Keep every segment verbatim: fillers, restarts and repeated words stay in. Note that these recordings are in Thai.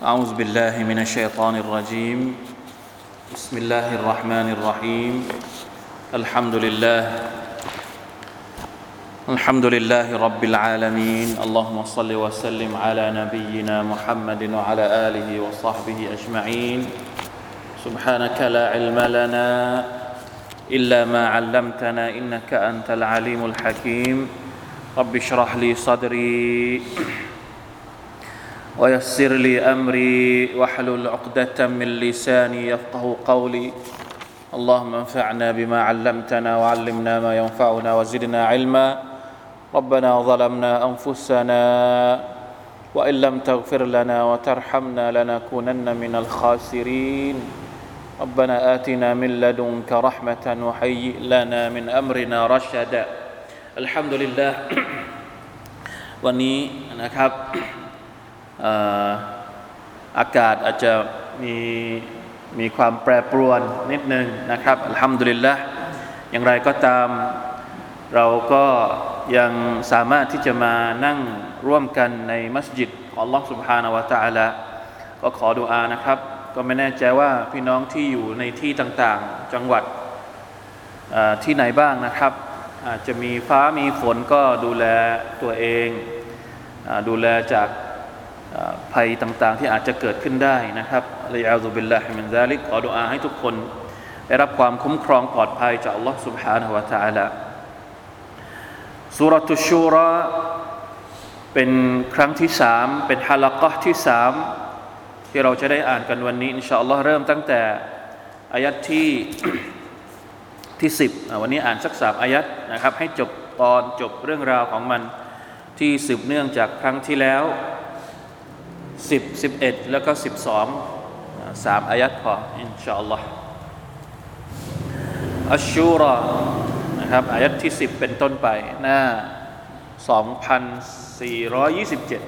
أعوذ بالله من الشيطان الرجيم بسم الله الرحمن الرحيم الحمد لله الحمد لله رب العالمين اللهم صل وسلم على نبينا محمد وعلى آله وصحبه أجمعين سبحانك لا علم لنا إلا ما علمتنا إنك أنت العليم الحكيم رب اشرح لي صدري ويسر لي أمري واحلل عقدة من لساني يفقه قولي اللهم انفعنا بما علمتنا وعلمنا ما ينفعنا وزدنا علما ربنا ظلمنا أنفسنا وإن لم تغفر لنا وترحمنا لنكونن من الخاسرين ربنا آتنا من لدنك رحمة وهيئ لنا من أمرنا رشدا الحمد لله วันนี้นะครับอากาศอาจจะมีมีความแปรปรวนนิดนึงนะครับอัลฮัมดุลิลละห์อย่างไรก็ตามเราก็ยังสามารถที่จะมานั่งร่วมกันในมัสยิดของ Allah سبحانه และ تعالى ก็ขอดุอานะครับก็ไม่แน่ใจว่าพี่น้องที่อยู่ในที่ต่างๆจังหวัดที่ไหนบ้างนะครับอาจจะมีฟ้ามีฝนก็ดูแลตัวเองดูแลจากภัยต่างๆที่อาจจะเกิดขึ้นได้นะครับอัลลอฮฺซุบิลลาฮิมินซาลิกขอดุอาให้ทุกคนได้รับความคุ้มครองปลอดภัยจากอัลลอฮฺ سبحانه และ تعالى ซูเราะตุชชูราเป็นครั้งที่สามเป็นฮะละกะห์ที่สามที่เราจะได้อ่านกันวันนี้อินชาอัลลอฮ์เริ่มตั้งแต่อายัดที่ที่สิบวันนี้อ่านสักสามอายัดนะครับให้จบตอนจบเรื่องราวของมันที่สืบเนื่องจากครั้งที่แล้วสิบ สิบเอ็ดแล้วก็สิบสองสามอายัดพออินชาอัลลอฮ์อัชชูรานะครับอายัดที่สิบเป็นต้นไปหน้าสองพันสี่ร้อยยี่สิบเจ็ด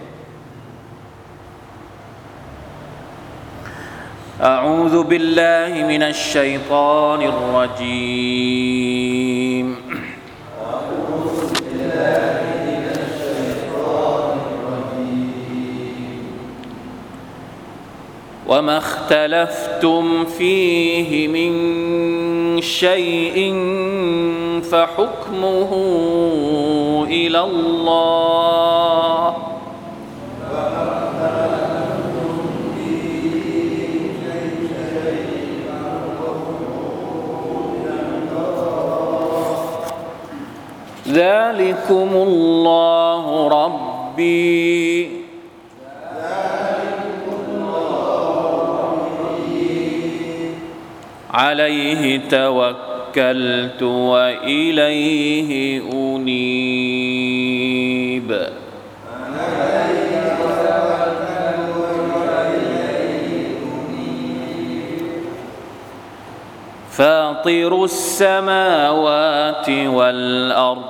أعوذ بالله من الشيطان الرجيم أعوذ بالله من الشيطان الرجيم وما اختلفتم فيه من شيء فحكمه إلى الله ذلكم الله ربي عليه توكلت وإليه أنيب فاطر السماوات والأرض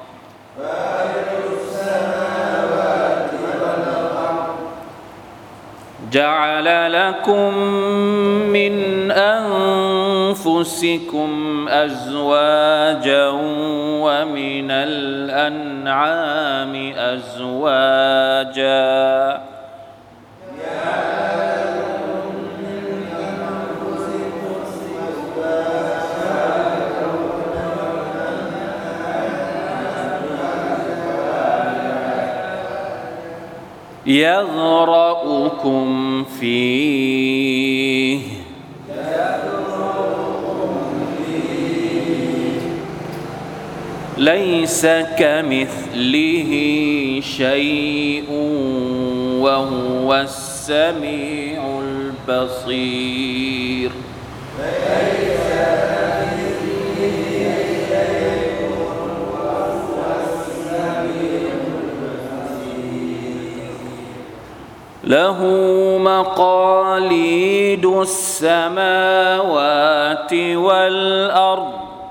جعل لكم من أنفسكم أزواجا ومن الأنعام أزواجا يذرأكم فيه ليس كمثله شيء وهو السميع البصير له مقاليد السماوات والأرض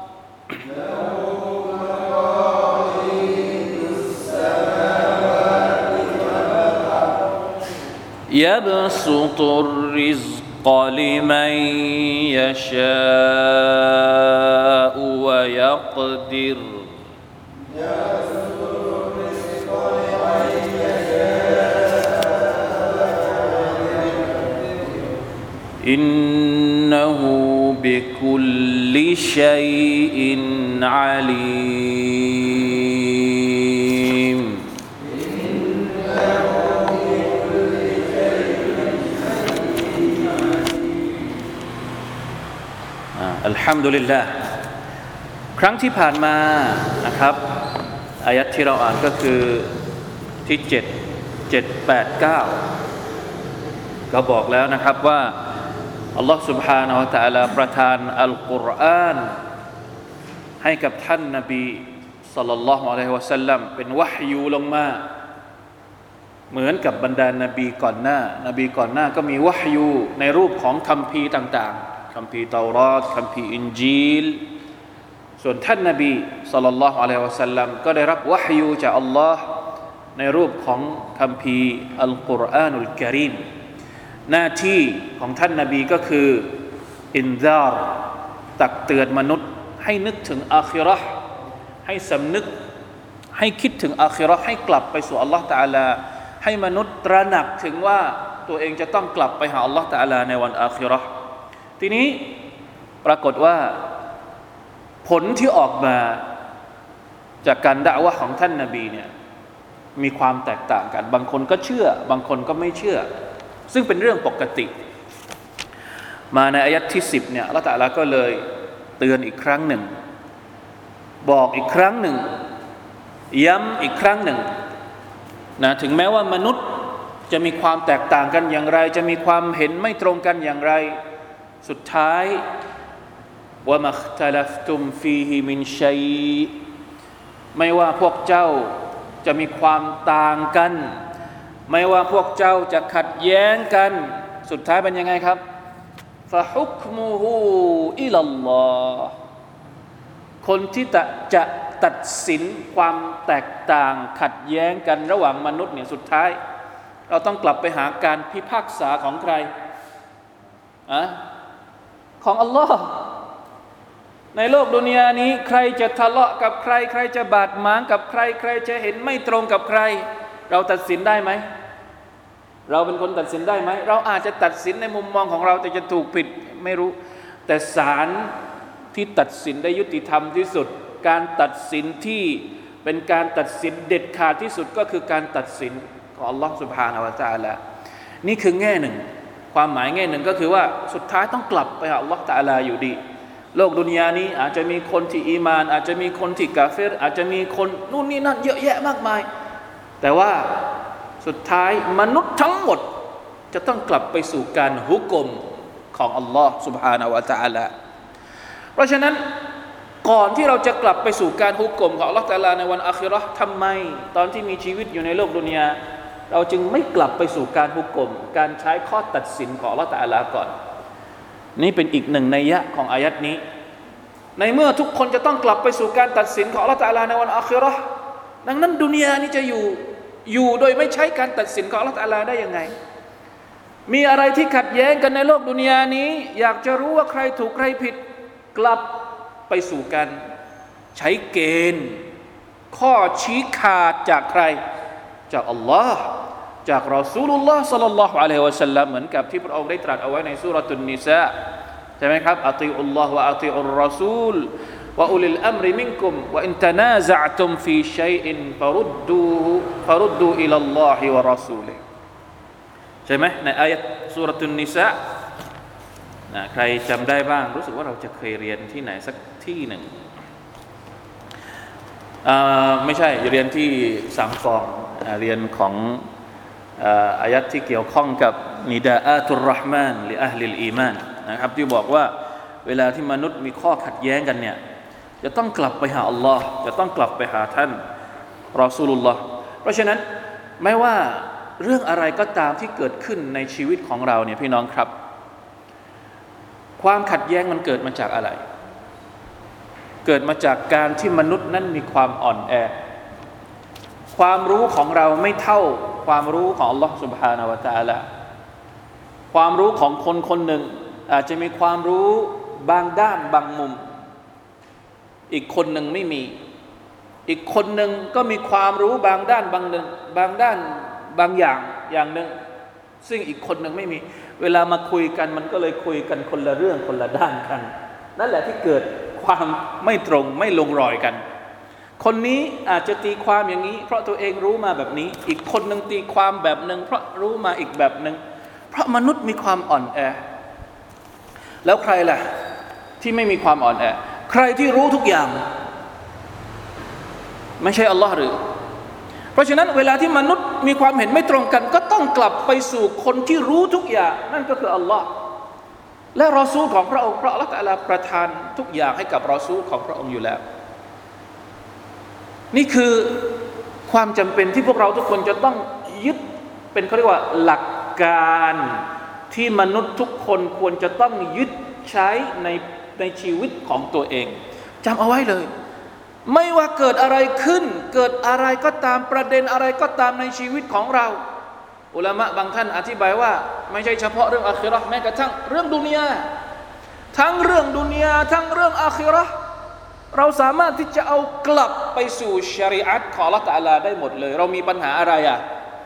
يبسط الرزق لمن يشاء ويقدر อินนะฮูบิคุลลิชัยอินอาลีมอัลฮัมดุลิลลาห์ครั้งที่ผ่านมานะครับอายัดที่เราอ่านก็คือที่เจ็ด เจ็ด แปด เก้าก็บอกแล้วนะครับว่าอัลลอฮฺ سبحانه และ تعالى ประทานอัลกุรอานให้กับท่านนบีศ็อลลัลลอฮุอะลัยฮิวะซัลลัมเป็นวะฮยูลงมาเหมือนกับบรรดานนบีก่อนหน้านบีก่อนหน้าก็มีวะฮยูในรูปของคัมภีร์ต่างๆคัมภีร์เตารอตคัมภีร์อินจีลส่วนท่านนบีศ็อลลัลลอฮุอะลัยฮิวะซัลลัมก็ได้รับวะฮยูจากอัลลอฮ์ในรูปของคัมภีร์อัลกุรอานุลกะรีมหน้าที่ของท่านนบีก็คืออินซาร์ตักเตือนมนุษย์ให้นึกถึงอาคิเราะห์ให้สำนึกให้คิดถึงอาคิเราะห์ให้กลับไปสู่อัลลอฮฺตะอาลาให้มนุษย์ตระหนักถึงว่าตัวเองจะต้องกลับไปหาอัลลอฮฺตะอาลาในวันอาคิเราะห์ทีนี้ปรากฏว่าผลที่ออกมาจากการดะอ์วะห์ของท่านนบีเนี่ยมีความแตกต่างกันบางคนก็เชื่อบางคนก็ไม่เชื่อซึ่งเป็นเรื่องปกติมาในอายัดที่สิบเนี่ยอัลเลาะห์ตะอาลาก็เลยเตือนอีกครั้งหนึ่งบอกอีกครั้งหนึ่งย้ำอีกครั้งหนึ่งนะถึงแม้ว่ามนุษย์จะมีความแตกต่างกันอย่างไรจะมีความเห็นไม่ตรงกันอย่างไรสุดท้ายว่ามัคตะลัฟตุมฟีฮิมินชัยไม่ว่าพวกเจ้าจะมีความต่างกันไม่ว่าพวกเจ้าจะขัดแย้งกันสุดท้ายเป็นยังไงครับฟะฮุกมุฮูอิลัลลอฮ์คนที่จะจะตัดสินความแตกต่างขัดแย้งกันระหว่างมนุษย์เนี่ยสุดท้ายเราต้องกลับไปหาการพิพากษาของใครอะของอัลลอฮ์ในโลกดุนยานี้ใครจะทะเลาะกับใครใครจะบาดหมางกับใครใครจะเห็นไม่ตรงกับใครเราตัดสินได้ไหมเราเป็นคนตัดสินได้ไหมเราอาจจะตัดสินในมุมมองของเราแต่จะถูกผิดไม่รู้แต่ศาลที่ตัดสินได้ยุติธรรมที่สุดการตัดสินที่เป็นการตัดสินเด็ดขาดที่สุดก็คือการตัดสินของอัลลอฮฺ سبحانه และ تعالى นี่คือแง่หนึ่งความหมายแง่หนึ่งก็คือว่าสุดท้ายต้องกลับไปหาอัลลอฮฺ تعالى อยู่ดีโลกดุนยานี้อาจจะมีคนที่อีมานอาจจะมีคนที่กาเฟรอาจจะมีคนนู่นนี่นั่นเยอะแยะมากมายแต่ว่าสุดท้ายมนุษย์ทั้งหมดจะต้องกลับไปสู่การฮุกมของอัลลอฮฺ سبحانه และ تعالى เพราะฉะนั้นก่อนที่เราจะกลับไปสู่การฮุกมของอัลลอฮฺ تعالى ในวันอาคิเราะห์ทำไมตอนที่มีชีวิตอยู่ในโลกดุนยาเราจึงไม่กลับไปสู่การฮุกมการใช้ข้อตัดสินของอัลลอฮฺ تعالى ก่อนนี่เป็นอีกหนึ่งนัยยะของอายัดนี้ในเมื่อทุกคนจะต้องกลับไปสู่การตัดสินของอัลลอฮฺ تعالى ในวันอาคิเราะห์ดังนั้นดุนยานี้จะอยู่อยู่โดยไม่ใช้การตัดสินของอัลเลาะห์ตะอาลาได้ยังไงมีอะไรที่ขัดแย้งกันในโลกดุนยานี้อยากจะรู้ว่าใครถูกใครผิดกลับไปสู่การใช้เกณฑ์ข้อชี้ขาดจากใครจากอัลลอฮ์จากรอซูลุลลอฮ์ศ็อลลัลลอฮุอะลัยฮิวะซัลลัมเหมือนกับที่พระองค์ได้ตรัสเอาไว้ในซูเราะตุนนิสาใช่ไหมครับอะตีอุลลอฮ์วะอะตีอุรรอซูลวะอุลิลอัมริมินกุมวะอินตะนาซะอ์ตุมฟีชัยอินฟะรุดดูฟะรุดดูอิลัลลอฮิวะรอซูลิฮิใช่ไหมในอายะห์ซูเราะตุนนิสานะใครจำได้บ้างรู้สึกว่าเราจะเคยเรียนที่ไหนสักที่หนึ่งอ่าไม่ใช่เรียนที่สังฟองเรียนของอายัดที่เกี่ยวข้องกับนิดาอาตุรเราะห์มานลิอะห์ลิลอีมานนะครับที่บอกว่าเวลาที่มนุษย์มีข้อขัดแย้งกันเนี่ยจะต้องกลับไปหาอัลลอฮ์จะต้องกลับไปหาท่านรอซูลุลลอฮ์เพราะฉะนั้นไม่ว่าเรื่องอะไรก็ตามที่เกิดขึ้นในชีวิตของเราเนี่ยพี่น้องครับความขัดแย้งมันเกิดมาจากอะไรเกิดมาจากการที่มนุษย์นั้นมีความอ่อนแอความรู้ของเราไม่เท่าความรู้ของอัลลอฮ์ سبحانه และ تعالى ความรู้ของคนคนหนึ่งอาจจะมีความรู้บางด้านบางมุมอีกคนหนึ่งไม่มีอีกคนหนึ่งก็มีความรู้บางด้านบางหนึ่งบางด้านบางอย่างอย่างหนึ่งซึ่งอีกคนหนึ่งไม่มีเวลามาคุยกันมันก็เลยคุยกันคนละเรื่องคนละด้านกันนั่นแหละที่เกิดความไม่ตรงไม่ลงรอยกันคนนี้อาจจะตีความอย่างนี้เพราะตัวเองรู้มาแบบนี้อีกคนหนึ่งตีความแบบหนึ่งเพราะรู้มาอีกแบบหนึ่งเพราะมนุษย์มีความอ่อนแอแล้วใครล่ะที่ไม่มีความอ่อนแอใครที่รู้ทุกอย่างไม่ใช่อัลลอฮ์หรือเพราะฉะนั้นเวลาที่มนุษย์มีความเห็นไม่ตรงกันก็ต้องกลับไปสู่คนที่รู้ทุกอย่างนั่นก็คืออัลลอฮ์และรอซูลของพระองค์เพราะอัลลอฮ์ตะอาลาประทานทุกอย่างให้กับรอซูลของพระองค์อยู่แล้วนี่คือความจำเป็นที่พวกเราทุกคนจะต้องยึดเป็นเขาเรียกว่าหลักการที่มนุษย์ทุกคนควรจะต้องยึดใช้ในในชีวิตของตัวเองจำเอาไว้เลยไม่ว่าเกิดอะไรขึ้นเกิดอะไรก็ตามประเด็นอะไรก็ตามในชีวิตของเราอุลามะบางท่านอธิบายว่าไม่ใช่เฉพาะเรื่องอาคิเราะห์แม้กระทั่งเรื่องดุนยาทั้งเรื่องดุนยาทั้งเรื่องอาคิเราะห์เราสามารถที่จะเอากลับไปสู่ชะรีอะห์ของอัลเลาะห์ตะอาลาได้หมดเลยเรามีปัญหาอะไรอ่ะ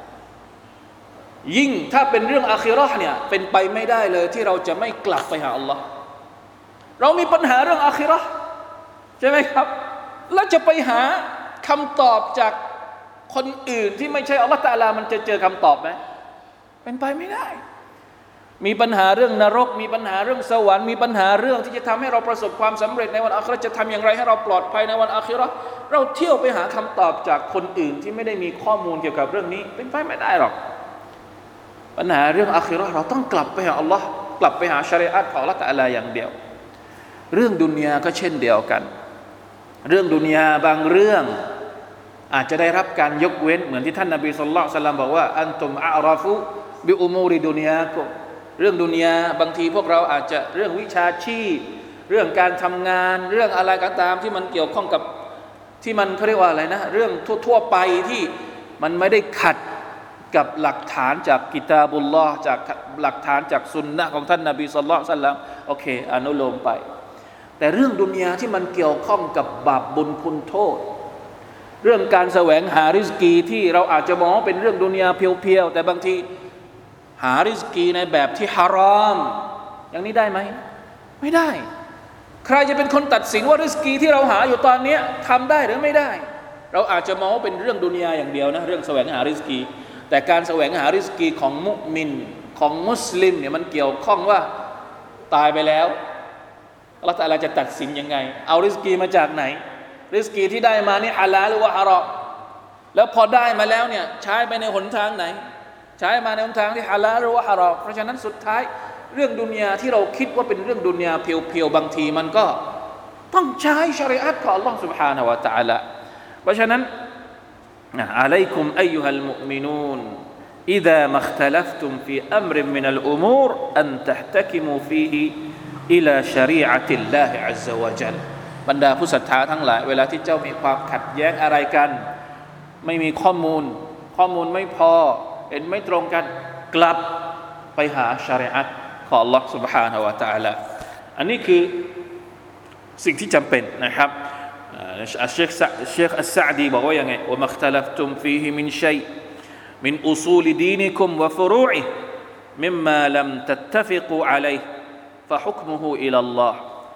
ยิ่งถ้าเป็นเรื่องอาคิเราะห์เนี่ยเป็นไปไม่ได้เลยที่เราจะไม่กลับไปหาอัลลอฮ์เรามีปัญหาเรื่องอาคิเราะห์ใช่ไหมครับแล้วจะไปหาคำตอบจากคนอื่นที่ไม่ใช่อัลเลาะห์ตะอาลามันจะเจอคำตอบไหมเป็นไปไม่ได้มีปัญหาเรื่องนรกมีปัญหาเรื่องสวรรค์มีปัญหาเรื่องที่จะทำให้เราประสบความสำเร็จในวันอาคิเราะห์จะทำอย่างไรให้เราปลอดภัยในวันอาคิเราะห์เราเที่ยวไปหาคำตอบจากคนอื่นที่ไม่ได้มีข้อมูลเกี่ยวกับเรื่องนี้เป็นไปไม่ได้หรอกปัญหาเรื่องอาคิเราะห์เราต้องกลับไปหาอัลลอฮ์กลับไปหาชะรีอะห์ของอัลเลาะห์ตะอาลาอย่างเดียวเรื่องดุนยาก็เช่นเดียวกันเรื่องดุนยาบางเรื่องอาจจะได้รับการยกเว้นเหมือนที่ท่านนบีศ็อลลัลลอฮุอะลัยฮิวะซัลลัมบอกว่าอันตุมอะอรอฟุบิอุมูริดุนยากุมเรื่องดุนยาบางทีพวกเราอาจจะเรื่องวิชาชีพเรื่องการทำงานเรื่องอะไรก็ตามที่มันเกี่ยวข้องกับที่มันเขาเรียกว่าอะไรนะเรื่องทั่วๆไปที่มันไม่ได้ขัดกับหลักฐานจากกิตาบุลลอฮ์จากหลักฐานจากสุนนะห์ของท่านนบีศ็อลลัลลอฮุอะลัยฮิวะซัลลัมโอเคอนุโลมไปแต่เรื่องดุนยาที่มันเกี่ยวข้องกับบาปบุญคุณโทษเรื่องการแสวงหาริสกีที่เราอาจจะมองว่าเป็นเรื่องดุนยาเพียวๆแต่บางทีหาริสกีในแบบที่ฮารอมอย่างนี้ได้ไหมไม่ได้ใครจะเป็นคนตัดสินว่าริสกีที่เราหาอยู่ตอนนี้ทำได้หรือไม่ได้เราอาจจะมองว่าเป็นเรื่องดุนยาอย่างเดียวนะเรื่องแสวงหาริสกีแต่การแสวงหาริสกีของมุมินของมุสลิมเนี่ยมันเกี่ยวข้องว่าตายไปแล้วอัลเลาะห์ตะอาลาจะตัดสินยังไงเอาริสกีมาจากไหนริสกีที่ได้มานี่ฮาลาลหรือว่าฮารอมแล้วพอได้มาแล้วเนี่ยใช้ไปในหนทางไหนใช้มาในหนทางที่ฮาลาลหรือว่าฮารอมเพราะฉะนั้นสุดท้ายเรื่องดุนยาที่เราคิดว่าเป็นเรื่องดุนยาเพียวๆบางทีมันก็ต้องใช้ชะรีอะห์ของอัลเลาะห์ سبحانه และ تعالى เพราะฉะนั้นอะลัยกุมอัยยูฮัลมุอ์มินูนإذا ما اختلفتم في أمر من الأمور أن تحتكموا فيه إلى شريعة الله عز وجل บรรดาผู้ศรัทธาทั้งหลายเวลาที่เจ้ามีความขัดแย้งอะไรกันไม่มีข้อมูลข้อมูลไม่พอเห็นไม่ตรงกันกลับไปหาชะรีอะห์ของ Allah سبحانه และ تعالى อันนี้คือสิ่งที่จำเป็นนะครับอัชเชคเชคอัสซะอ์ดีบอกว่ายังไงวะมัคตะลัฟตุมฟีฮิมินชัยมินอุซูลดีนิกุมวะฟุรูอิฮิมิมมาลัมตัตตะฟิกูอะลัยฮิฟะฮุกมุฮูอิลาอัลลอฮ์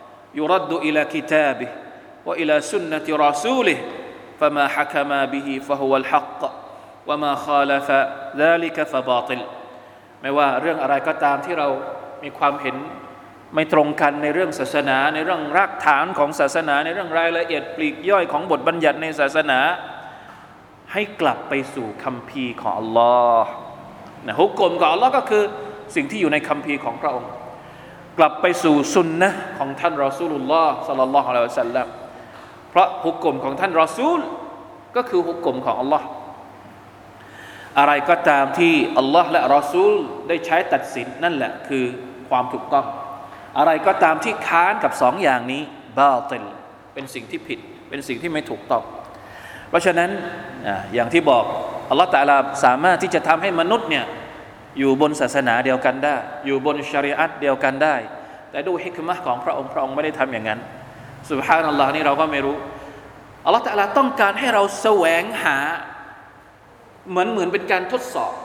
يرد إلى كتابه وإلى سنة رسوله فما حكم به فهو الحق وما خالف ذلك فباطل ไม่ว่าเรื่องอะไรก็ตามที่เรามีความเห็นไม่ตรงกันในเรื่องศาสนาในเรื่องรากฐานของศาสนาในเรื่องรายละเอียดปลีกย่อยของบทบัญญัติในศาสนาให้กลับไปสู่คัมภีร์ของอัลลอฮ์นะฮุกกลมของอัลลอฮ์ก็คือสิ่งที่อยู่ในคัมภีร์ของพระองค์กลับไปสู่สุนนะของท่านรอซูลุลลอฮ์ศ็อลลัลลอฮุอะลัยฮิวะซัลลัมเพราะฮุกกลมของท่านรอซูลก็คือฮุกกลมของอัลลอฮ์อะไรก็ตามที่อัลลอฮ์และรอซูลได้ใช้ตัดสินนั่นแหละคือความถูกต้องอะไรก็ตามที่ค้านกับสองอย่างนี้บาติลเป็นสิ่งที่ผิดเป็นสิ่งที่ไม่ถูกต้องเพราะฉะนั้นอย่างที่บอกอัลลอฮ์ตะอาลาสามารถที่จะทำให้มนุษย์เนี่ยอยู่บนศาสนาเดียวกันได้อยู่บนชะรีอะห์เดียวกันได้แต่ด้วยฮิกมะห์ของพระองค์พระองค์ไม่ได้ทำอย่างนั้นซุบฮานัลลอฮ์นี่เราก็ไม่รู้อัลลอฮ์ตะอาลาต้องการให้เราแสวงหาเหมือนเหมือนเป็นการทดสอบ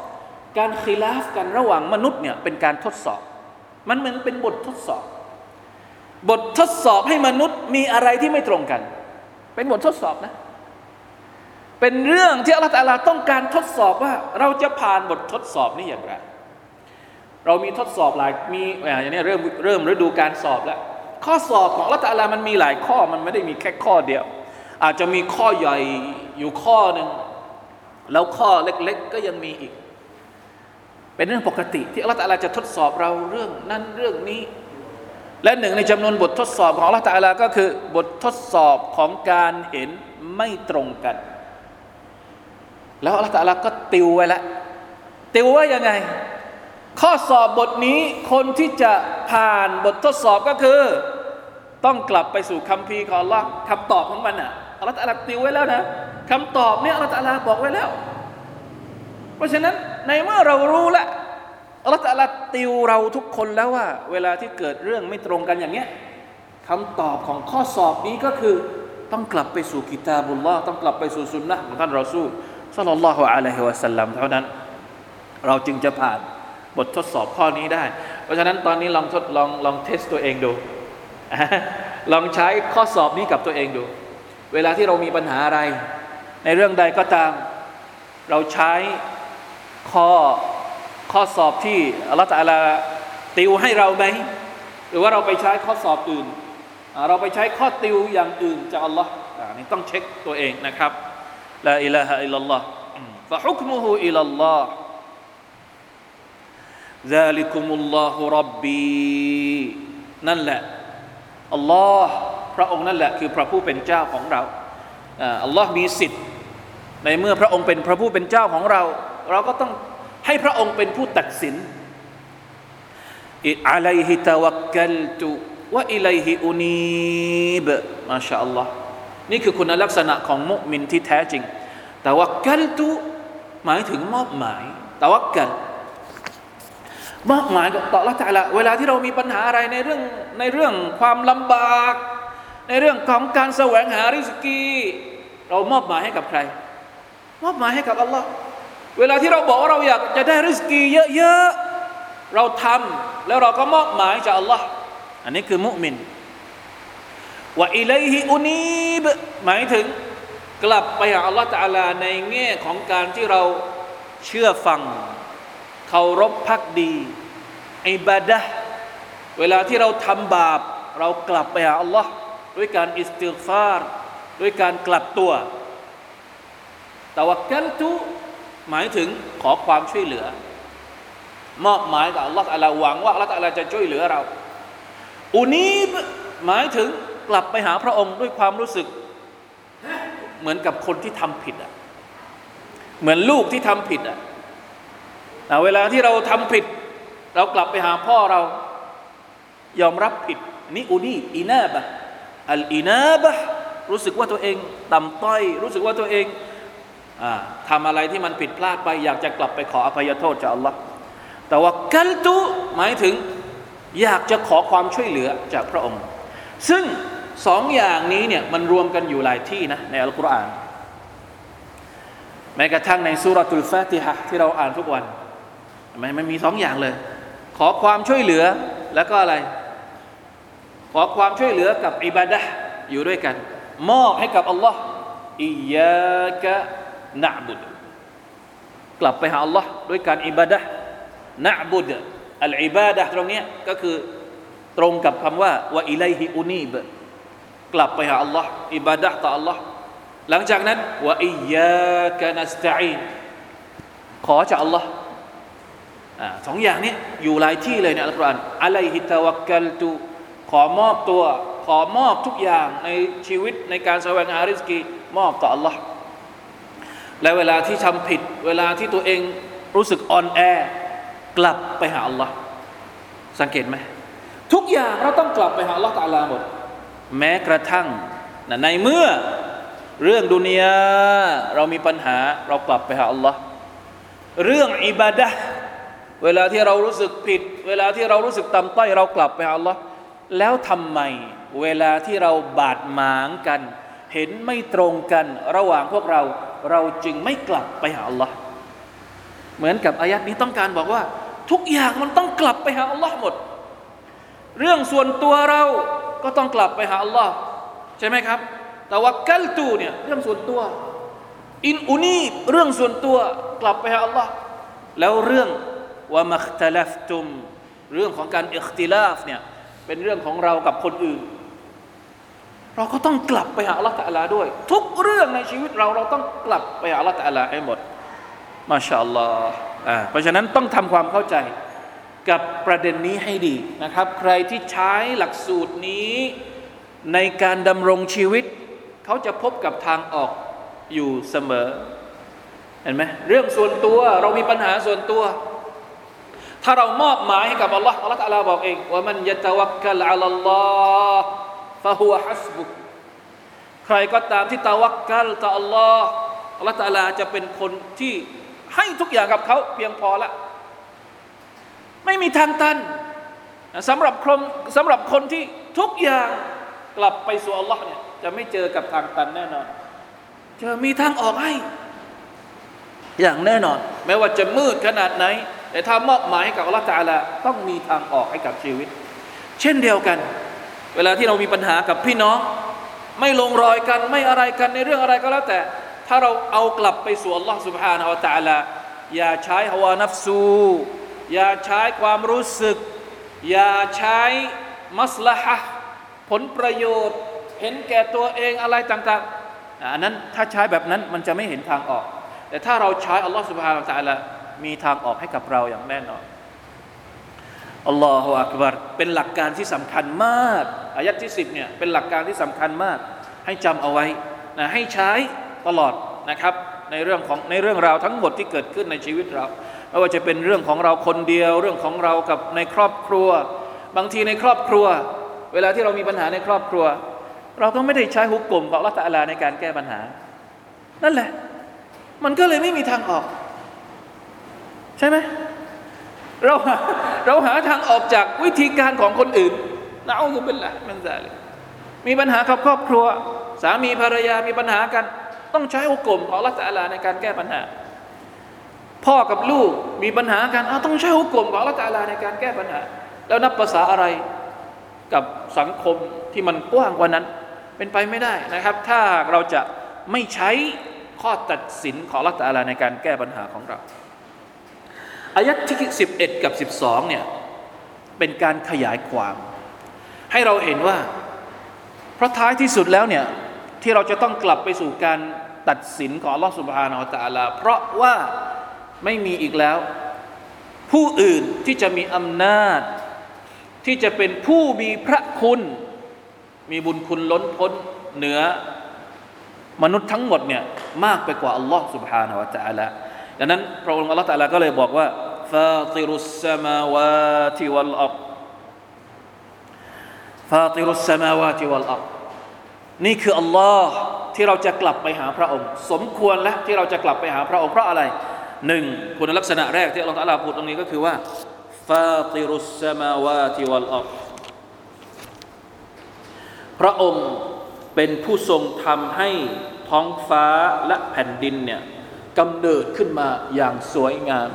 การคิลาฟกันระหว่างมนุษย์เนี่ยเป็นการทดสอบมันเหมือนเป็นบททดสอบบททดสอบให้มนุษย์มีอะไรที่ไม่ตรงกันเป็นบททดสอบนะเป็นเรื่องที่อัลเลาะห์ตะอาลาต้องการทดสอบว่าเราจะผ่านบททดสอบนี้อย่างไรเรามีทดสอบหลายมีอย่างนี้เริ่มเริ่มฤดูการสอบแล้วข้อสอบของอัลเลาะห์ตะอาลามันมีหลายข้อมันไม่ได้มีแค่ข้อเดียวอาจจะมีข้อใหญ่อยู่ข้อนึงแล้วข้อเล็กๆก็ยังมีอีกเป็นเรื่องปกติที่อัลเลาะห์ตะอาลาจะทดสอบเราเรื่องนั้นเรื่องนี้และหนึ่งในจำนวนบททดสอบของอัลเลาะห์ตะอาลาก็คือบททดสอบของการเห็นไม่ตรงกันแล้วอัลเลาะห์ตะอาลาก็ติวไว้แล้วติวว่ายังไงข้อสอบบทนี้คนที่จะผ่านบททดสอบก็คือต้องกลับไปสู่คัมภีร์ของอัลเลาะห์คำตอบของมันอ่ะอัลเลาะห์ตะอาลาติวไว้แล้วนะคำตอบเนี่ยอัลเลาะห์ตะอาลาบอกไว้แล้วเพราะฉะนั้นในเมื่อเรารู้แล้วอัลเลาะห์ตะอาลาติวเราทุกคนแล้วว่าเวลาที่เกิดเรื่องไม่ตรงกันอย่างเงี้ยคำตอบของข้อสอบนี้ก็คือต้องกลับไปสู่กิตาบุลลอฮ์ต้องกลับไปสู่สุนนะห์ของท่านรอซูลศ็อลลัลลอฮุอะลัยฮิวะซัลลัมเท่านั้นเราจึงจะผ่านบททดสอบข้อนี้ได้เพราะฉะนั้นตอนนี้ลองทดลองลองเทสตัวเองดูลองใช้ข้อสอบนี้กับตัวเองดูเวลาที่เรามีปัญหาอะไรในเรื่องใดก็ตามเราใช้ข้อข้อสอบที่อัลเลาะห์ตะอาลาติวให้เราไหมหรือว่าเราไปใช้ข้อสอบอื่นเราไปใช้ข้อติวอย่างอื่นจากอัลลอฮ์นี่ต้องเช็คตัวเองนะครับลาอิลาฮะอิลลัลลอฮ์ฟะฮุกมุฮุอิลัลลอฮ์ซาลิกุมุลลอฮุร็อบบีนั่นแหละอัลลอฮ์พระองค์นั่นแหละคือพระผู้เป็นเจ้าของเราอัลลอฮ์มีสิทธิ์ในเมื่อพระองค์เป็นพระผู้เป็นเจ้าของเราเราก็ต้องให้พระองค์เป็นผู้ตัดสินอะลัยฮิตะวักกัลตุวะอิลัยฮิอุนีบมาชาอัลลอฮ์นี่คือคุณลักษณะของมุมินที่แท้จริงตะวักกัลตุหมายถึงมอบหมายตะวักกัลมอบหมายต่ออัลเลาะห์ตะอาลาเวลาที่เรามีปัญหาอะไรในเรื่องในเรื่องความลำบากในเรื่องของการแสวงหาริสกีเรามอบหมายให้กับใครมอบหมายให้กับอัลลอฮ์เวลาที่เราบอกว่าเราอยากจะได้ริสกีเยอะๆเราทำแล้วเราก็มอบหมายจากอัลลอฮ์อันนี้คือมุมินวะอิลัยฮิอุนีบหมายถึงกลับไปหาอัลลอฮ์ตะอาลาในแง่ของการที่เราเชื่อฟังเคารพภักดีอิบาดะห์เวลาที่เราทำบาปเรากลับไปหาอัลลอฮ์ด้วยการอิสติฆฟารด้วยการกลับตัวตะวักกัลตุหมายถึงขอความช่วยเหลือมอบหมายกับอัลลอฮ์ตะอาลาหวังว่าอัลลอฮ์ตะอาลาจะช่วยเหลือเราอุนีบหมายถึงกลับไปหาพระองค์ด้วยความรู้สึกเหมือนกับคนที่ทำผิดอ่ะเหมือนลูกที่ทำผิดอ่ะเวลาที่เราทำผิดเรากลับไปหาพ่อเรายอมรับผิดนี่อุนีบอินาบะอัลอินาบะรู้สึกว่าตัวเองต่ำต้อยรู้สึกว่าตัวเองทำอะไรที่มันผิดพลาดไปอยากจะกลับไปขออภัยโทษจากอัลลอฮ์แต่ว่ากัลตุหมายถึงอยากจะขอความช่วยเหลือจากพระองค์ซึ่งสองอย่างนี้เนี่ยมันรวมกันอยู่หลายที่นะในอัลกุรอานแม้กระทั่งในซูเราะตุลฟาติฮะห์ที่เราอ่านทุกวันมันมันมีสองอย่างเลยขอความช่วยเหลือแล้วก็อะไรขอความช่วยเหลือกับอิบาดะห์อยู่ด้วยกันมอบให้กับอัลลอฮ์อิยาคะนะอ์บุดกลับไปหาอัลลอฮ์ด้วยการอิบาดะห์นะอ์บุดอัลอิบาดะห์ตรงนี้ก็คือตรงกับคำว่าวะอิลัยฮิอุนีบกลับไปหาอัลลอฮ์อิบาดะห์ต่ออัลลอฮ์หลังจากนั้นวะอิยาคะนัสตะอีนขอจากอัลลอฮ์อ่าสองอย่างนี้อยู่หลายที่เลยในอัลกุรอานอะลัยฮิตะวักกัลตุขอมอบตัวขอมอบทุกอย่างในชีวิตในการแสวงหาริสกีมอบต่ออัลลอฮ์และเวลาที่ทำผิดเวลาที่ตัวเองรู้สึกอ่อนแอกลับไปหาอัลลอฮ์สังเกตไหมทุกอย่างเราต้องกลับไปหาอัลลอฮ์ตะอาลาหมดแม้กระทั่งในเมื่อเรื่องดุนยาเรามีปัญหาเรากลับไปหาอัลลอฮ์เรื่องอิบาดะห์เวลาที่เรารู้สึกผิดเวลาที่เรารู้สึกต่ำต้อยเรากลับไปหาอัลลอฮ์แล้วทำไมเวลาที่เราบาดหมางกันเห็นไม่ตรงกันระหว่างพวกเราเราจึงไม่กลับไปหาอัลลอฮ์เหมือนกับอายัดนี้ต้องการบอกว่าทุกอย่างมันต้องกลับไปหาอัลลอฮ์หมดเรื่องส่วนตัวเราก็ต้องกลับไปหาอัลลอฮ์ใช่ไหมครับแต่วักกัลตูเนี่ยเรื่องส่วนตัวอินอุนีเรื่องส่วนตัวกลับไปหาอัลลอฮ์แล้วเรื่องวะมัคตะลัฟตุมเรื่องของการอิคติลาฟเนี่ยเป็นเรื่องของเรากับคนอื่นเราก็ต้องกลับไปหาอัลลอฮ์ตะอาลาด้วยทุกเรื่องในชีวิตเราเราต้องกลับไปหาอัลลอฮ์ตะอาลาให้หมดมาชาอัลลอฮ์อ่าเพราะฉะนั้นต้องทำความเข้าใจกับประเด็นนี้ให้ดีนะครับใครที่ใช้หลักสูตรนี้ในการดำรงชีวิตเขาจะพบกับทางออกอยู่เสมอเห็นไหมเรื่องส่วนตัวเรามีปัญหาส่วนตัวถ้าเรามอบหมายให้กับอัลลอฮ์อัลลอฮ์ตะอาลาบอกเองว่ามันยะตะวักกัลอะลัลลอฮ์ฟะฮุวะฮัสบุกใครก็ตามที่ตะวักกัลต่ออัลลอฮ์อัลลอฮ์ตะอาลาจะเป็นคนที่ให้ทุกอย่างกับเขาเพียงพอละไม่มีทางตันสำหรับคนสำหรับคนที่ทุกอย่างกลับไปสู่อัลลอฮ์เนี่ยจะไม่เจอกับทางตันแน่นอนจะมีทางออกให้อย่างแน่นอนแม้ว่าจะมืดขนาดไหนแต่ถ้ามอบหมายให้กับอัลลอฮ์ตะอาลาต้องมีทางออกให้กับชีวิตเช่นเดียวกันเวลาที่เรามีปัญหากับพี่น้องไม่ลงรอยกันไม่อะไรกันในเรื่องอะไรก็แล้วแต่ถ้าเราเอากลับไปสู่อัลลอฮ์ سبحانه และ تعالى อย่าใช้ฮาวานัฟซูอย่าใช้ความรู้สึกอย่าใช้มัสละฮะห์ผลประโยชน์เห็นแก่ตัวเองอะไรต่างๆอันนั้นถ้าใช้แบบนั้นมันจะไม่เห็นทางออกแต่ถ้าเราใช้อัลลอฮ์ سبحانه และ تعالى มีทางออกให้กับเราอย่างแน่นอนอัลลอฮฺอักบัรเป็นหลักการที่สำคัญมากอายัดที่สิบเนี่ยเป็นหลักการที่สำคัญมากให้จำเอาไว้นะให้ใช้ตลอดนะครับในเรื่องของในเรื่องราวทั้งหมดที่เกิดขึ้นในชีวิตเราไม่ว่าจะเป็นเรื่องของเราคนเดียวเรื่องของเรากับในครอบครัวบางทีในครอบครัวเวลาที่เรามีปัญหาในครอบครัวเราก็ไม่ได้ใช้ฮุกกลมของอัลเลาะห์ตะอาลาในการแก้ปัญหานั่นแหละมันก็เลยไม่มีทางออกใช่ไหมเราหาเราหาทางออกจากวิธีการของคนอื่นนะอูซุบิลลาฮิมินซาลิกมีปัญหากับครอบครัวสามีภรรยามีปัญหากันต้องใช้ฮุกกลมของอัลเลาะห์ตะอาลาในการแก้ปัญหาพ่อกับลูกมีปัญหากันต้องใช้ฮุกกลมของอัลเลาะห์ตะอาลาในการแก้ปัญหาแล้วนับภาษาอะไรกับสังคมที่มันกว้างกว่านั้นเป็นไปไม่ได้นะครับถ้าเราจะไม่ใช้ข้อตัดสินของอัลเลาะห์ตะอาลาในการแก้ปัญหาของเราอายัดที่สิบเอ็ดกับสิบสองเนี่ยเป็นการขยายความให้เราเห็นว่าเพราะท้ายที่สุดแล้วเนี่ยที่เราจะต้องกลับไปสู่การตัดสินของอัลลอฮฺซุบฮานะฮูวะตะอาลาเพราะว่าไม่มีอีกแล้วผู้อื่นที่จะมีอำนาจที่จะเป็นผู้มีพระคุณมีบุญคุณล้นพ้นเหนือมนุษย์ทั้งหมดเนี่ยมากไปกว่าอัลลอฮฺซุบฮานะฮูวะตะอาลาดังนั้นพระองค์อัลลอฮฺตะอาลาก็เลยบอกว่าฟาติรุสสมาวาติวัลอัรฎฟาติรุสสมาวาติวัลอัรฎนี่คืออัลลอฮ์ที่เราจะกลับไปหาพระองค์สมควรแล้วที่เราจะกลับไปหาพระองค์เพราะอะไรหนึ่งคุณลักษณะแรกที่อัลลอฮฺตะอาลาพูดตรงนี้ก็คือว่าฟาติรุสสมาวาติวัลอัรฎพระองค์เป็นผู้ทรงทำให้ท้องฟ้าและแผ่นดินเนี่ยกำเนิดขึ้นมาอย่างสวยงาม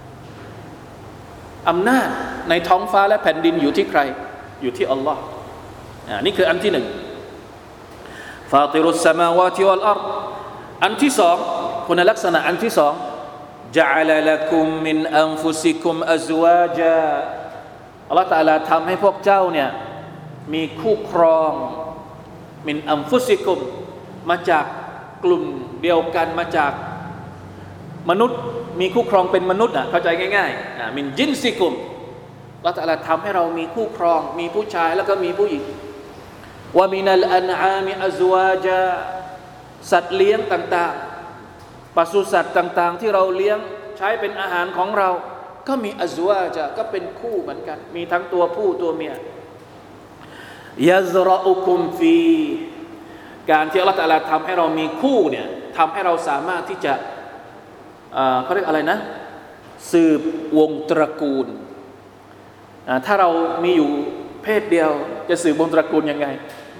อำนาจในท้องฟ้าและแผ่นดินอยู่ที่ใครอยู่ที่อัลลอฮ์อ่านี่คืออันที่หนึ่งฟาติรุสสมาวาติวัลอัรฎอันที่สองคุณลักษณะอันที่สองจาละละกุมมินอันฟุซิกุมอัซวาจาอัลลอฮ์ตะอาลาทำให้พวกเจ้าเนี่ยมีคู่ครองมินอันฟุซิกุมมาจากกลุ่มเดียวกันมาจากมนุษย์มีคู่ครองเป็นมนุษย์อ่ะเข้าใจง่ายๆอ่ามินจินซิกุมอัลเลาะห์ตะอาลาทำให้เรามีคู่ครองมีผู้ชายแล้วก็มีผู้หญิงวะมินัลอันอามิอัซวาจาสัตว์เลี้ยงต่างๆปศุสัตว์ต่างๆที่เราเลี้ยงใช้เป็นอาหารของเราก็มีอัซวาจาก็เป็นคู่เหมือนกันมีทั้งตัวผู้ตัวเมียยัซรออุคุมฟีการที่อัลเลาะห์ตะอาลาทำให้เรามีคู่เนี่ยทำให้เราสามารถที่จะเขาเรียกอะไรนะสืบวงตระกูลถ้าเรามีอยู่เพศเดียวจะสืบวงตระกูลยังไง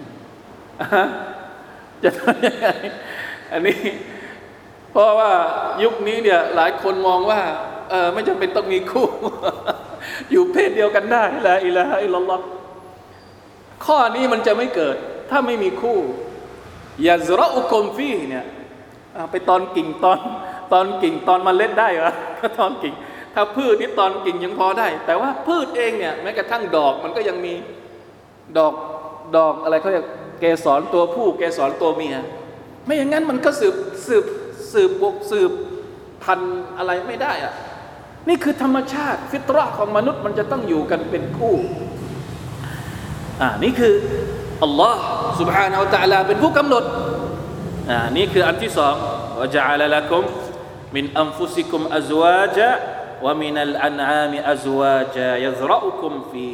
จะทำยังไงอันนี้เพราะว่ายุคนี้เนี่ยหลายคนมองว่าเออไม่จำเป็นต้องมีคู่ อยู่เพศเดียวกันได้ละอิลาฮะอิลลัลลอฮ์ข้อนี้มันจะไม่เกิดถ้าไม่มีคู่ยาซรออุกุมฟีเนี่ยไปตอนกิ่งตอนตอนกิ่งตอนเมล็ดได้เหรอตอนกิ่งถ้าพืชนี่ตอนกิ่งยังพอได้แต่ว่าพืชเองเนี่ยแม้กระทั่งดอกมันก็ยังมีดอกดอกอะไรเขาเรียกเกสรตัวผู้เกสรตัวเมียไม่อย่างนั้นมันก็สืบสืบสืบบวกสืบพันธุ์อะไรไม่ได้อะนี่คือธรรมชาติฟิตเราะห์ของมนุษย์มันจะต้องอยู่กันเป็นคู่อ่านี่คืออัลลอฮ์ سبحانه และ تعالى เป็นผู้กำหนดอ่านี่คืออันที่สองวะญะอะละละกุมมินอันฟุซิกุมอัซวาจา วะมินัลอันอามิอัซวาจายัซรออุกุมฟี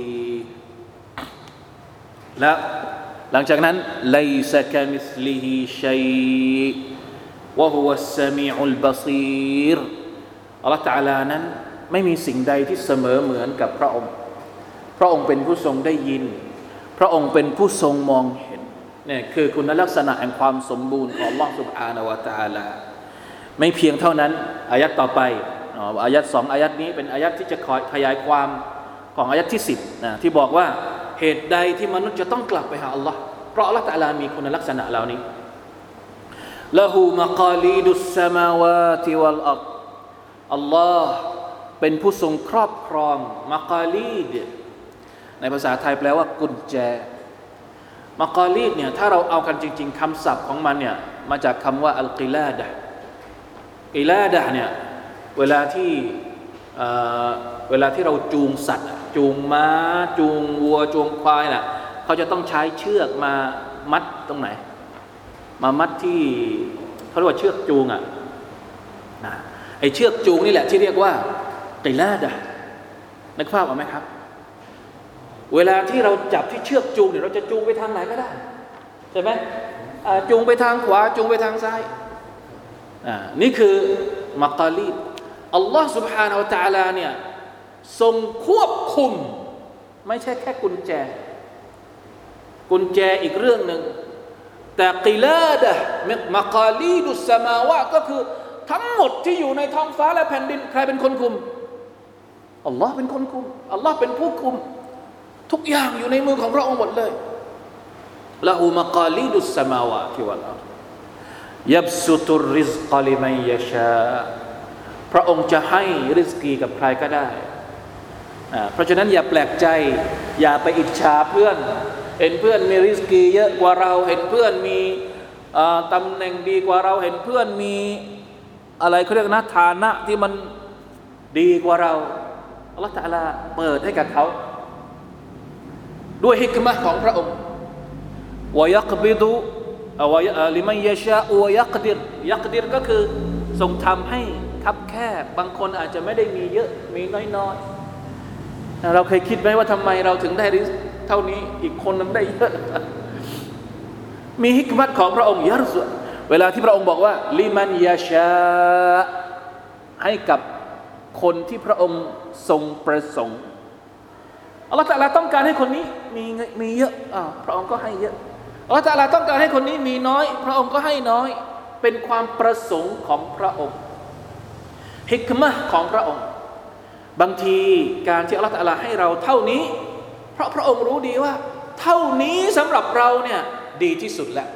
และหลังจากนั้นไลซะกะมิสลิฮิชัยวะฮุวัสซะมีอุลบะซีรอัลเลาะห์ตะอาลานั้นไม่มีสิ่งใดที่เสมอเหมือนกับพระองค์พระองค์เป็นผู้ทรงได้ยินพระองค์เป็นผู้ทรงมองเห็นนี่คือคุณลักษณะแห่งความสมบูรณ์ของอัลเลาะห์ซุบฮานะฮูวะตะอาลาไม่เพียงเท่านั้นอายะห์ต่อไปอายะห์สองอายะห์นี้เป็นอายะห์ที่จะขยายความของอายะห์ที่สิบนะที่บอกว่าเหตุใดที่มนุษย์จะต้องกลับไปหาอัลเลาะห์เพราะอัลเลาะห์ตะอาลามีคุณลักษณะเหล่านี้ละหูมะกาลีดุสสมาวาติวัลอัรฎอัลลอฮ์เป็นผู้ทรงครอบครองมะกาลีดในภาษาไทยแปลว่ากุญแจมะกาลีดเนี่ยถ้าเราเอากันจริงๆคำศัพท์ของมันเนี่ยมาจากคำว่าอัลกิลาดะกิลาดะเนี่ยเวลาที่เอ่อเวลาที่เราจูงสัตว์จูงม้าจูงวัวจูงควายน่ะเขาจะต้องใช้เชือกมามัดตรงไหนมามัดที่เขาเรียกว่าเชือกจูงอ่ะนะไอ้เชือกจูงนี่แหละที่เรียกว่ากิลาดะนึกภาพออกไหมครับเวลาที่เราจับที่เชือกจูงเนี่ยเราจะจูงไปทางไหนก็ได้ใช่ไหมจูงไปทางขวาจูงไปทางซ้ายอ่านี่คือมักกาลีดอัลลอฮ์ سبحانه และ تعالى เนี่ยทรงควบคุมไม่ใช่แค่กุญแจกุญแจอีกเรื่องหนึ่งแต่กิลาดะมักกาลีดุสสมาวะก็คือทั้งหมดที่อยู่ในท้องฟ้าและแผ่นดินใครเป็นคนคุมอัลลอฮ์เป็นคนคุมอัลลอฮ์เป็นผู้คุมทุกอย่างอยู่ในมือของพระองค์หมดเลยละหูมะกาลีดุสสมาวะติวัลอัรฎยับซุตุรริซกลิมันยะชาพระองค์จะให้ริซกีกับใครก็ได้เพราะฉะนั้นอย่าแปลกใจอย่าไปอิจฉาเพื่อนเห็นเพื่อนมีริซกีเยอะกว่าเราเห็นเพื่อนมีตำแหน่งดีกว่าเราเห็นเพื่อนมีอะไรเขาเรียกนะฐานะที่มันดีกว่าเราอัลเลาะห์ตะอาลาเปิดให้กับเขาด้วยฮิกมะห์ของพระองค์วะยักบิดุวะลิมันยะชาอวะยักดิรยักดิรก็คือทรงทำให้คับแคบบางคนอาจจะไม่ได้มีเยอะมีน้อยๆเราเคยคิดไหมว่าทำไมเราถึงได้เท่านี้อีกคนนึงได้เยอะมีฮิกมะห์ของพระองค์ยัรซุเวลาที่พระองค์บอกว่าลิมันยะชาให้กับคนที่พระองค์ทรงประสงค์อัลลอฮฺตะอาลาต้องการให้คนนี้มีมีเยอะอ่าพระองค์ก็ให้เยอะอัลลอฮฺตะอาลาต้องการให้คนนี้มีน้อยพระองค์ก็ให้น้อยเป็นความประสงค์ของพระองค์ฮิกมะห์ของพระองค์บางทีการที่อัลลอฮฺตะอาลาให้เราเท่านี้เพราะพระองค์รู้ดีว่าเท่านี้สำหรับเราเนี่ยดีที่สุดแล้ว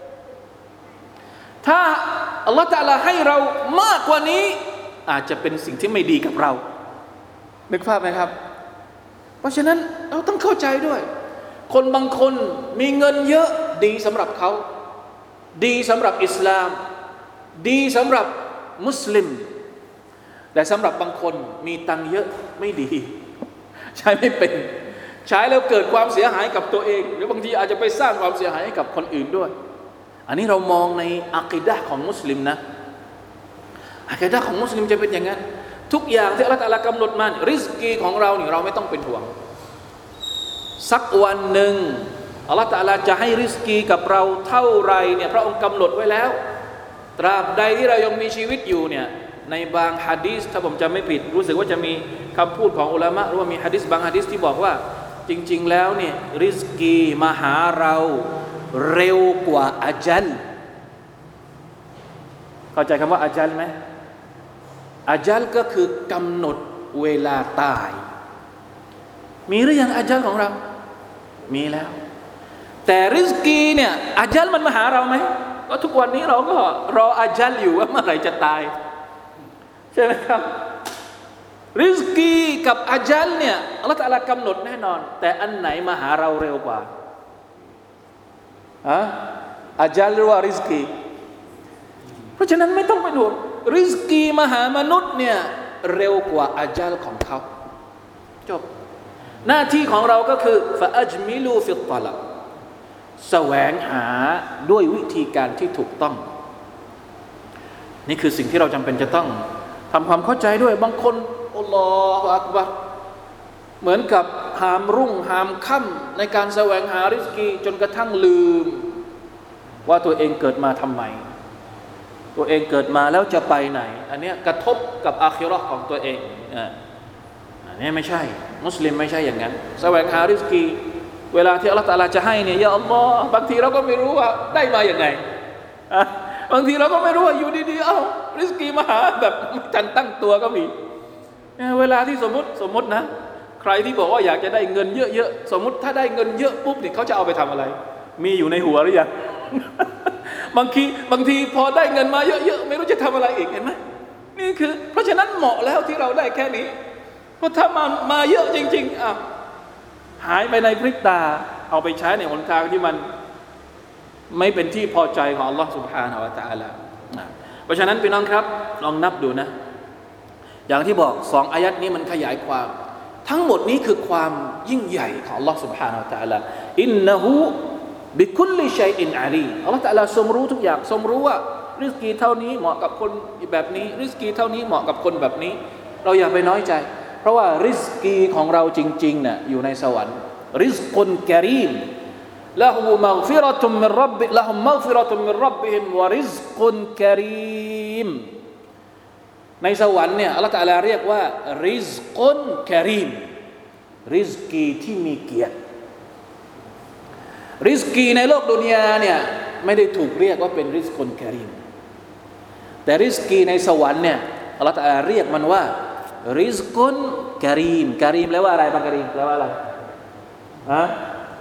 ถ้าอัลลอฮฺตะอาลาให้เรามากกว่านี้อาจจะเป็นสิ่งที่ไม่ดีกับเรานึกภาพไหมครับเพราะฉะนั้นเราต้องเข้าใจด้วยคนบางคนมีเงินเยอะดีสำหรับเขาดีสำหรับอิสลามดีสำหรับมุสลิมแต่สำหรับบางคนมีตังค์เยอะไม่ดีใช้ไม่เป็นใช้แล้วเกิดความเสียหายกับตัวเองหรือบางทีอาจจะไปสร้างความเสียหายให้กับคนอื่นด้วยอันนี้เรามองในอะกีดะห์ของมุสลิมนะอะกีดะห์ของมุสลิมจะเป็นอย่างนั้นทุกอย่างที่อัลเลาะห์ตะอาลากำหนดมาริสกีของเราเนี่ยเราไม่ต้องเป็นห่วงสักวันหนึ่งอัลเลาะห์ตะอาลาจะให้ริสกีกับเราเท่าไรเนี่ยพระองค์กำหนดไว้แล้วตราบใดที่เรายังมีชีวิตอยู่เนี่ยในบางหะดีษถ้าผมจำไม่ผิดรู้สึกว่าจะมีคำพูดของอุลามะหรือว่ามีหะดีษบางหะดีษที่บอกว่าจริงๆแล้วเนี่ยริสกีมาหาเราเร็วกว่าอาจัลเข้าใจคำว่าอาจัลไหมอาจัลก็คือกำหนดเวลาตายมีหรือยังอาจัลของเรามีแล้วแต่ริสกีเนี่ยอาจัลมันมาหาเราไหมก็ทุกวันนี้เราก็รออาจัลอยู่ว่าเมื่อไหร่จะตายใช่ไหมครับริสกีกับอาจัลเนี่ยอัลเลาะห์ตะอาลากำหนดแน่นอนแต่อันไหนมาหาเราเร็วกว่าอะอาจัลหรือว่าริสกีเพราะฉะนั้นไม่ต้องไปห่วงริสกีมาหามนุษย์เนี่ยเร็วกว่าอาจัลของเขาจบหน้าที่ของเราก็คือฟะอัจมิลูฟิตตะลับแสวงหาด้วยวิธีการที่ถูกต้องนี่คือสิ่งที่เราจำเป็นจะต้องทำความเข้าใจด้วยบางคนอัลลอฮฺอักบัรเหมือนกับหามรุ่งหามค่ำในการแสวงหาริสกีจนกระทั่งลืมว่าตัวเองเกิดมาทำไมตัวเองเกิดมาแล้วจะไปไหนอันนี้กระทบกับอาคิเราะห์ของตัวเองอันนี้ไม่ใช่มุสลิมไม่ใช่อย่างนั้นแสวงหาริสกีเวลาที่อัลเลาะห์ตะอาลาจะให้เนี่ยยาอัลลอฮ์บางทีเราก็ไม่รู้ว่าได้มาอย่างไงบางทีเราก็ไม่รู้ว่าอยู่ดีๆเอ้าริสกีมาหาแบบไม่ทันตั้งตัวก็มีเวลาที่สมมติสมมตินะใครที่บอกว่าอยากจะได้เงินเยอะๆสมมติถ้าได้เงินเยอะปุ๊บเนี่ยเขาจะเอาไปทำอะไรมีอยู่ในหัวหรือยัง บางทีบางทีพอได้เงินมาเยอะๆไม่รู้จะทำอะไรอีกเห็นไหมนี่คือเพราะฉะนั้นเหมาะแล้วที่เราได้แค่นี้เพราะถ้ามามาเยอะจริงๆอ่ะหายไปในพริบตาเอาไปใช้ในหนทางที่มันไม่เป็นที่พอใจของ Allah Subhanahu Wa Taala เพราะฉะนั้นพี่น้องครับลองนับดูนะอย่างที่บอกสองอายัดนี้มันขยายความทั้งหมดนี้คือความยิ่งใหญ่ของ Allah Subhanahu Wa Taala อินนะฮูบิคุลลิชัยอินอาลี Allah Taala ทรงรู้ทุกอย่างทรงรู้ว่าริสกีเท่านี้เหมาะกับคนแบบนี้ริสกีเท่านี้เหมาะกับคนแบบนี้เราอย่าไปน้อยใจเพราะว่าริสกีของเราจริงๆน่ะอยู่ในสวรรค์ริซกุนกะรีมละฮูมัฆฟิเราะตุมมินร็อบบิละฮุมมัฆฟิเราะตุมมินร็อบบิฮิมวะริซกุนกะรีมในสวรรค์เนี่ยอัลเลาะห์ตะอาลาเรียกว่าริซกุนกะรีมริซกีที่มีเกียรติริซกีในโลกดุนยาเนี่ยไม่ได้ถูกเรียกว่าเป็นริซกุนกะรีมแต่ริซกีในสวรรค์เนี่ยอัลเลาะห์ตะอาลาเรียกมันว่าริซกุนกะรีมกะรีมแปลว่าอะไรบางกะรีมแปลว่าอะไรฮะ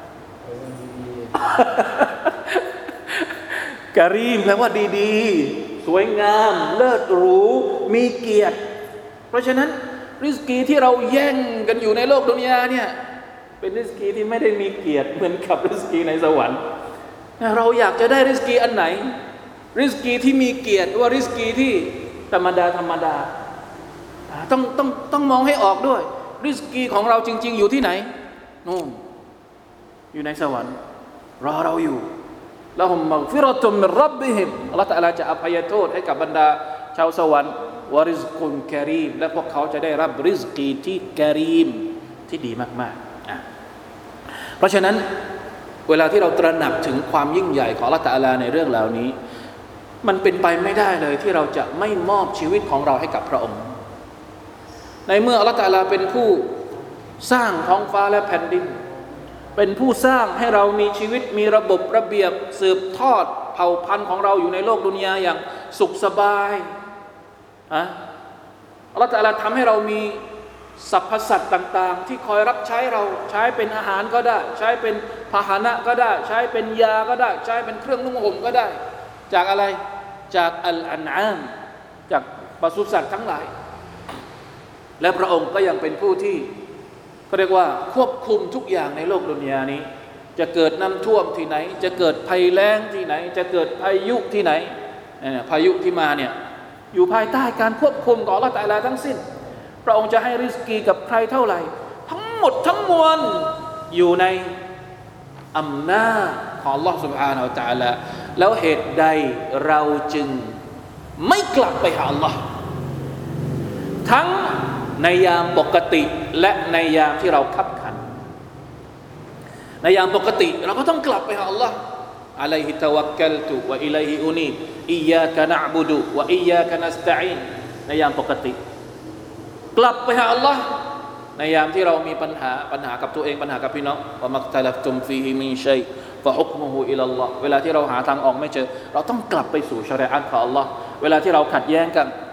กะรีมแปลว่าดีๆสวยงามเลิศหรูมีเกียรติเพราะฉะนั้นริสกีที่เราแย่งกันอยู่ในโลกดุนยาเนี่ยเป็นริสกีที่ไม่ได้มีเกียรติเหมือนกับริสกีในสวรรค์เราอยากจะได้ริสกีอันไหนริสกีที่มีเกียรติว่าริสกีที่ธรรมดาธรรมดาต้องต้องต้องมองให้ออกด้วยริสกีของเราจริงๆอยู่ที่ไหนนู่นอยู่ในสวรรค์รอเราอยู่ละฮุมมัฆฟิเราะตุมมินร็อบบิฮิมอัลเลาะห์ตะอาลาจะอภัยโทษให้กับบรรดาชาวสวรรค์วะริซกุนกะรีมและพวกเขาจะได้รับริซกีที่กะรีมที่ดีมากๆอ่ะเพราะฉะนั้นเวลาที่เราตระหนักถึงความยิ่งใหญ่ของอัลเลาะห์ตะอาลาในเรื่องเหล่านี้มันเป็นไปไม่ได้เลยที่เราจะไม่มอบชีวิตของเราให้กับพระองค์ในเมื่ออัลเลาะห์ตะอาลาเป็นผู้สร้างท้องฟ้าและแผ่นดินเป็นผู้สร้างให้เรามีชีวิตมีระบบระเบียบสืบทอดเผ่าพันธุ์ของเราอยู่ในโลกดุนยาอย่างสุขสบายอะอัลเลาะห์ตะอาลาทำให้เรามีสรรพสัตว์ต่างๆที่คอยรับใช้เราใช้เป็นอาหารก็ได้ใช้เป็นพาหนะก็ได้ใช้เป็นยาก็ได้ใช้เป็นเครื่องนุ่งห่มก็ได้จากอะไรจากอัลอันอามจากปศุสัตว์ทั้งหลายและพระองค์ก็ยังเป็นผู้ที่เขาเรียกว่าควบคุมทุกอย่างในโลกดุนยานี้จะเกิดน้ำท่วมที่ไหนจะเกิดภัยแล้งที่ไหนจะเกิดพายุที่ไหนเนี่ยพายุที่มาเนี่ยอยู่ภายใต้การควบคุมของอัลเลาะห์ตะอาลาทั้งสิ้นพระองค์จะให้ริสกีกับใครเท่าไหร่ทั้งหมดทั้งมวลอยู่ในอำนาจของอัลเลาะห์ سبحانه และ تعالى แล้วเหตุใดเราจึงไม่กลับไปหาอัลเลาะห์ทั้งในยามปกติและในยามที่เราคับขันในยามปกติเราก็ต้องกลับไปหาอัลลอฮ์อะลัยฮิตะวักกัลตุวะอิลัยฮิอุนีบอิยากะนะอ์บุดุวะอิยากะนัสตะอีนในยามปกติกลับไปหาอัลลอฮ์ในยามที่เรามีปัญหาปัญหากับตัวเองปัญหากับพี่น้องวะมักตะลัฟตุมฟีฮิมินชัยฟะฮุกมุฮุอิลัลลอฮ์เวลาที่เราหาทางออกไม่เจอเราต้องกลับไปสู่ชะรีอะห์ของอัลลอฮ์เวลาที่เราขัดแย้งกัน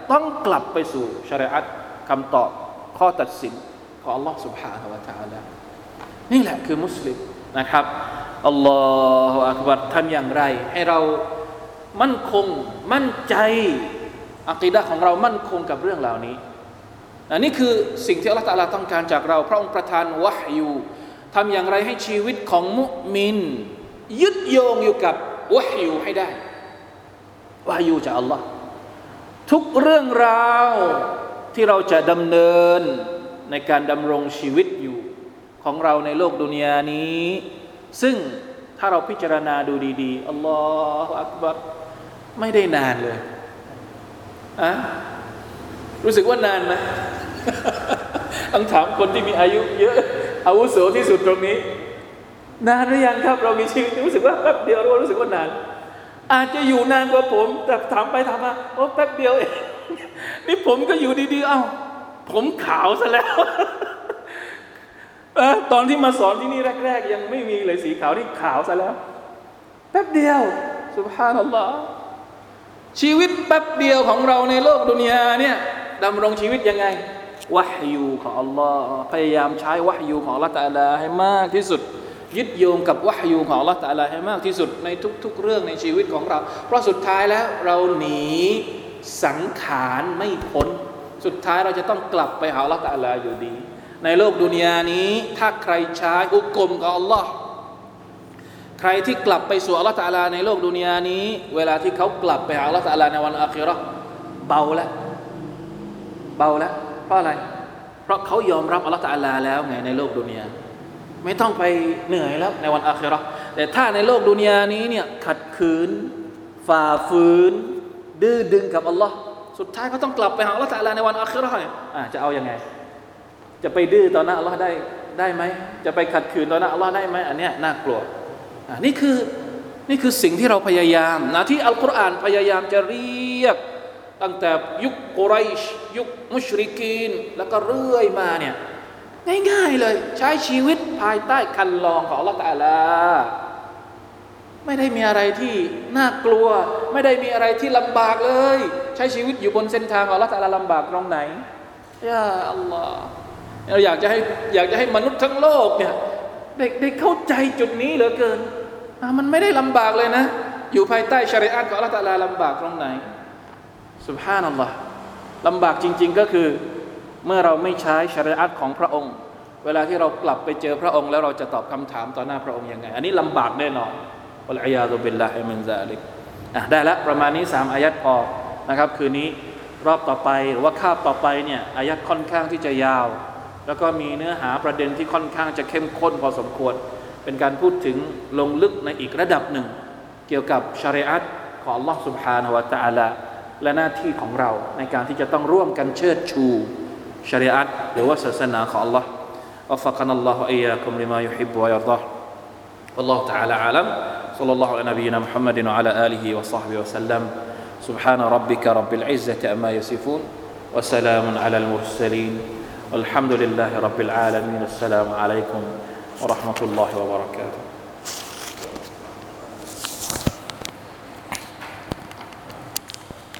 ต้องกลับไปสู่ชะรีอะห์คำตอบข้อตัดสินของ Allah سبحانه และ تعالى นี่แหละคือมุสลิมนะครับอัลลอฮฺอักบัรทำอย่างไรให้เรามั่นคงมั่นใจอะกีดะห์ของเรามั่นคงกับเรื่องเหล่านี้อันนี้คือสิ่งที่อัลเลาะห์ตะอาลาต้องการจากเราพระองค์ประทานวะฮยูทำอย่างไรให้ชีวิตของมุมินยึดโยงอยู่กับวะฮยูให้ได้วะฮยูจากอัลลอฮ์ทุกเรื่องราวที่เราจะดำเนินในการดำรงชีวิตอยู่ของเราในโลกดุนยานี้ซึ่งถ้าเราพิจารณาดูดีๆอัลลอฮฺอักบัรไม่ได้นานเลยอะรู้สึกว่านานไหม ต้องถามคนที่มีอายุเยอะอาวุโสที่สุดตรงนี้นานหรือยังครับเรามีชีวิตรู้สึกว่าแป๊บเดียวหรือว่ารู้สึกว่านานอาจจะอยู่นานกว่าผมแต่ถามไปถามมาโอ้แป๊บเดียวเอง นี่ผมก็อยู่ดีๆเอ้าผมขาวซะแล้ว ตอนที่มาสอนที่นี่แรกๆยังไม่มีเลยสีขาวที่ขาวซะแล้วแป๊บเดียวซุบฮานัลลอฮ์ชีวิตแป๊บเดียวของเราในโลกดุนยาเนี่ยดำรงชีวิตยังไงวะฮยูของอัลลอฮ์พยายามใช้วะฮยูของอัลลอฮ์ตะอาลาให้มากที่สุดยึดโยงกับวะฮยูของอัลลอฮ์ตะอาลาให้มากที่สุดในทุกๆเรื่องในชีวิตของเราเพราะสุดท้ายแล้วเราหนีสังขารไม่พ้นสุดท้ายเราจะต้องกลับไปหาอัลลอฮ์ตะอาลาอยู่ดีในโลกดุนยานี้ถ้าใครใช้ฮุกมของอัลลอฮ์ใครที่กลับไปสู่อัลลอฮ์ตะอาลาในโลกดุนยานี้เวลาที่เขากลับไปหาอัลลอฮ์ตะอาลาในวันอาคิเราะห์เบาแล้วเบาแล้วเพราะอะไรเพราะเขายอมรับอัลลอฮ์ตะอาลาแล้วไงในโลกดุนยาไม่ต้องไปเหนื่อยแล้วในวันอาคิเราะห์แต่ถ้าในโลกดุนยานี้เนี่ยขัดขืนฝ่าฝืนดื้อดึงกับอัลลอฮ์สุดท้ายเขาต้องกลับไปหาอัลลอฮ์ตะอาลาในวันอาคิเราะห์อ่ะจะเอายังไงจะไปดื้อตอนนั้นอัลลอฮ์ได้ได้ไหมจะไปขัดขืนตอนนั้นอัลลอฮ์ได้ไหมอันเนี้ยน่ากลัวอ่ะนี่คือนี่คือสิ่งที่เราพยายามนะที่อัลกุรอานพยายามจะเรียกตั้งแต่ยุคกุไรชยุคมุชริกีนแล้วก็เรื่อยมาเนี่ยง่ายๆเลยใช้ชีวิตภายใต้คันลองของอัลเลาะห์ตะอาลาไม่ได้มีอะไรที่น่ากลัวไม่ได้มีอะไรที่ลำบากเลยใช้ชีวิตอยู่บนเส้นทางของอัลเลาะห์ตะอาลาลำบากตรงไหนยาอัลลอฮ์เราอยากจะให้อยากจะให้มนุษย์ทั้งโลกเนี่ยได้ได้เข้าใจจุดนี้เหลือเกินมันไม่ได้ลำบากเลยนะอยู่ภายใต้ชะรีอะห์ของอัลเลาะห์ตะอาลาลำบากตรงไหนซุบฮานัลลอฮ์ลำบากจริงๆก็คือเมื่อเราไม่ใช้ชะรีอะห์ของพระองค์เวลาที่เรากลับไปเจอพระองค์แล้วเราจะตอบคำถามต่อหน้าพระองค์ยังไงอันนี้ลำบากแน่นอนวัลอียาซุบิลลาฮิมินซาลิกอ่ะได้ละประมาณนี้สามอายัดพอนะครับคืนนี้รอบต่อไปหรือว่าคาบต่อไปเนี่ยอายัดค่อนข้างที่จะยาวแล้วก็มีเนื้อหาประเด็นที่ค่อนข้างจะเข้มข้นพอสมควรเป็นการพูดถึงลงลึกในอีกระดับหนึ่งเกี่ยวกับชะรีอะห์ของ Allah Subhanahu Wa Taala และหน้าที่ของเราในการที่จะต้องร่วมกันเชิดชูชะรีอะห์หรือว่าศาสนาของ Allah وفقنا الله وإياكم لما يحب ويرضاه والله تعالى أعلم صلى الله على نبينا محمد وعلى آله وصحبه وسلم سبحان ربك رب العزة أما يصفون وسلام على المرسلين والحمد لله رب العالمين السلام عليكم ورحمة الله وبركاته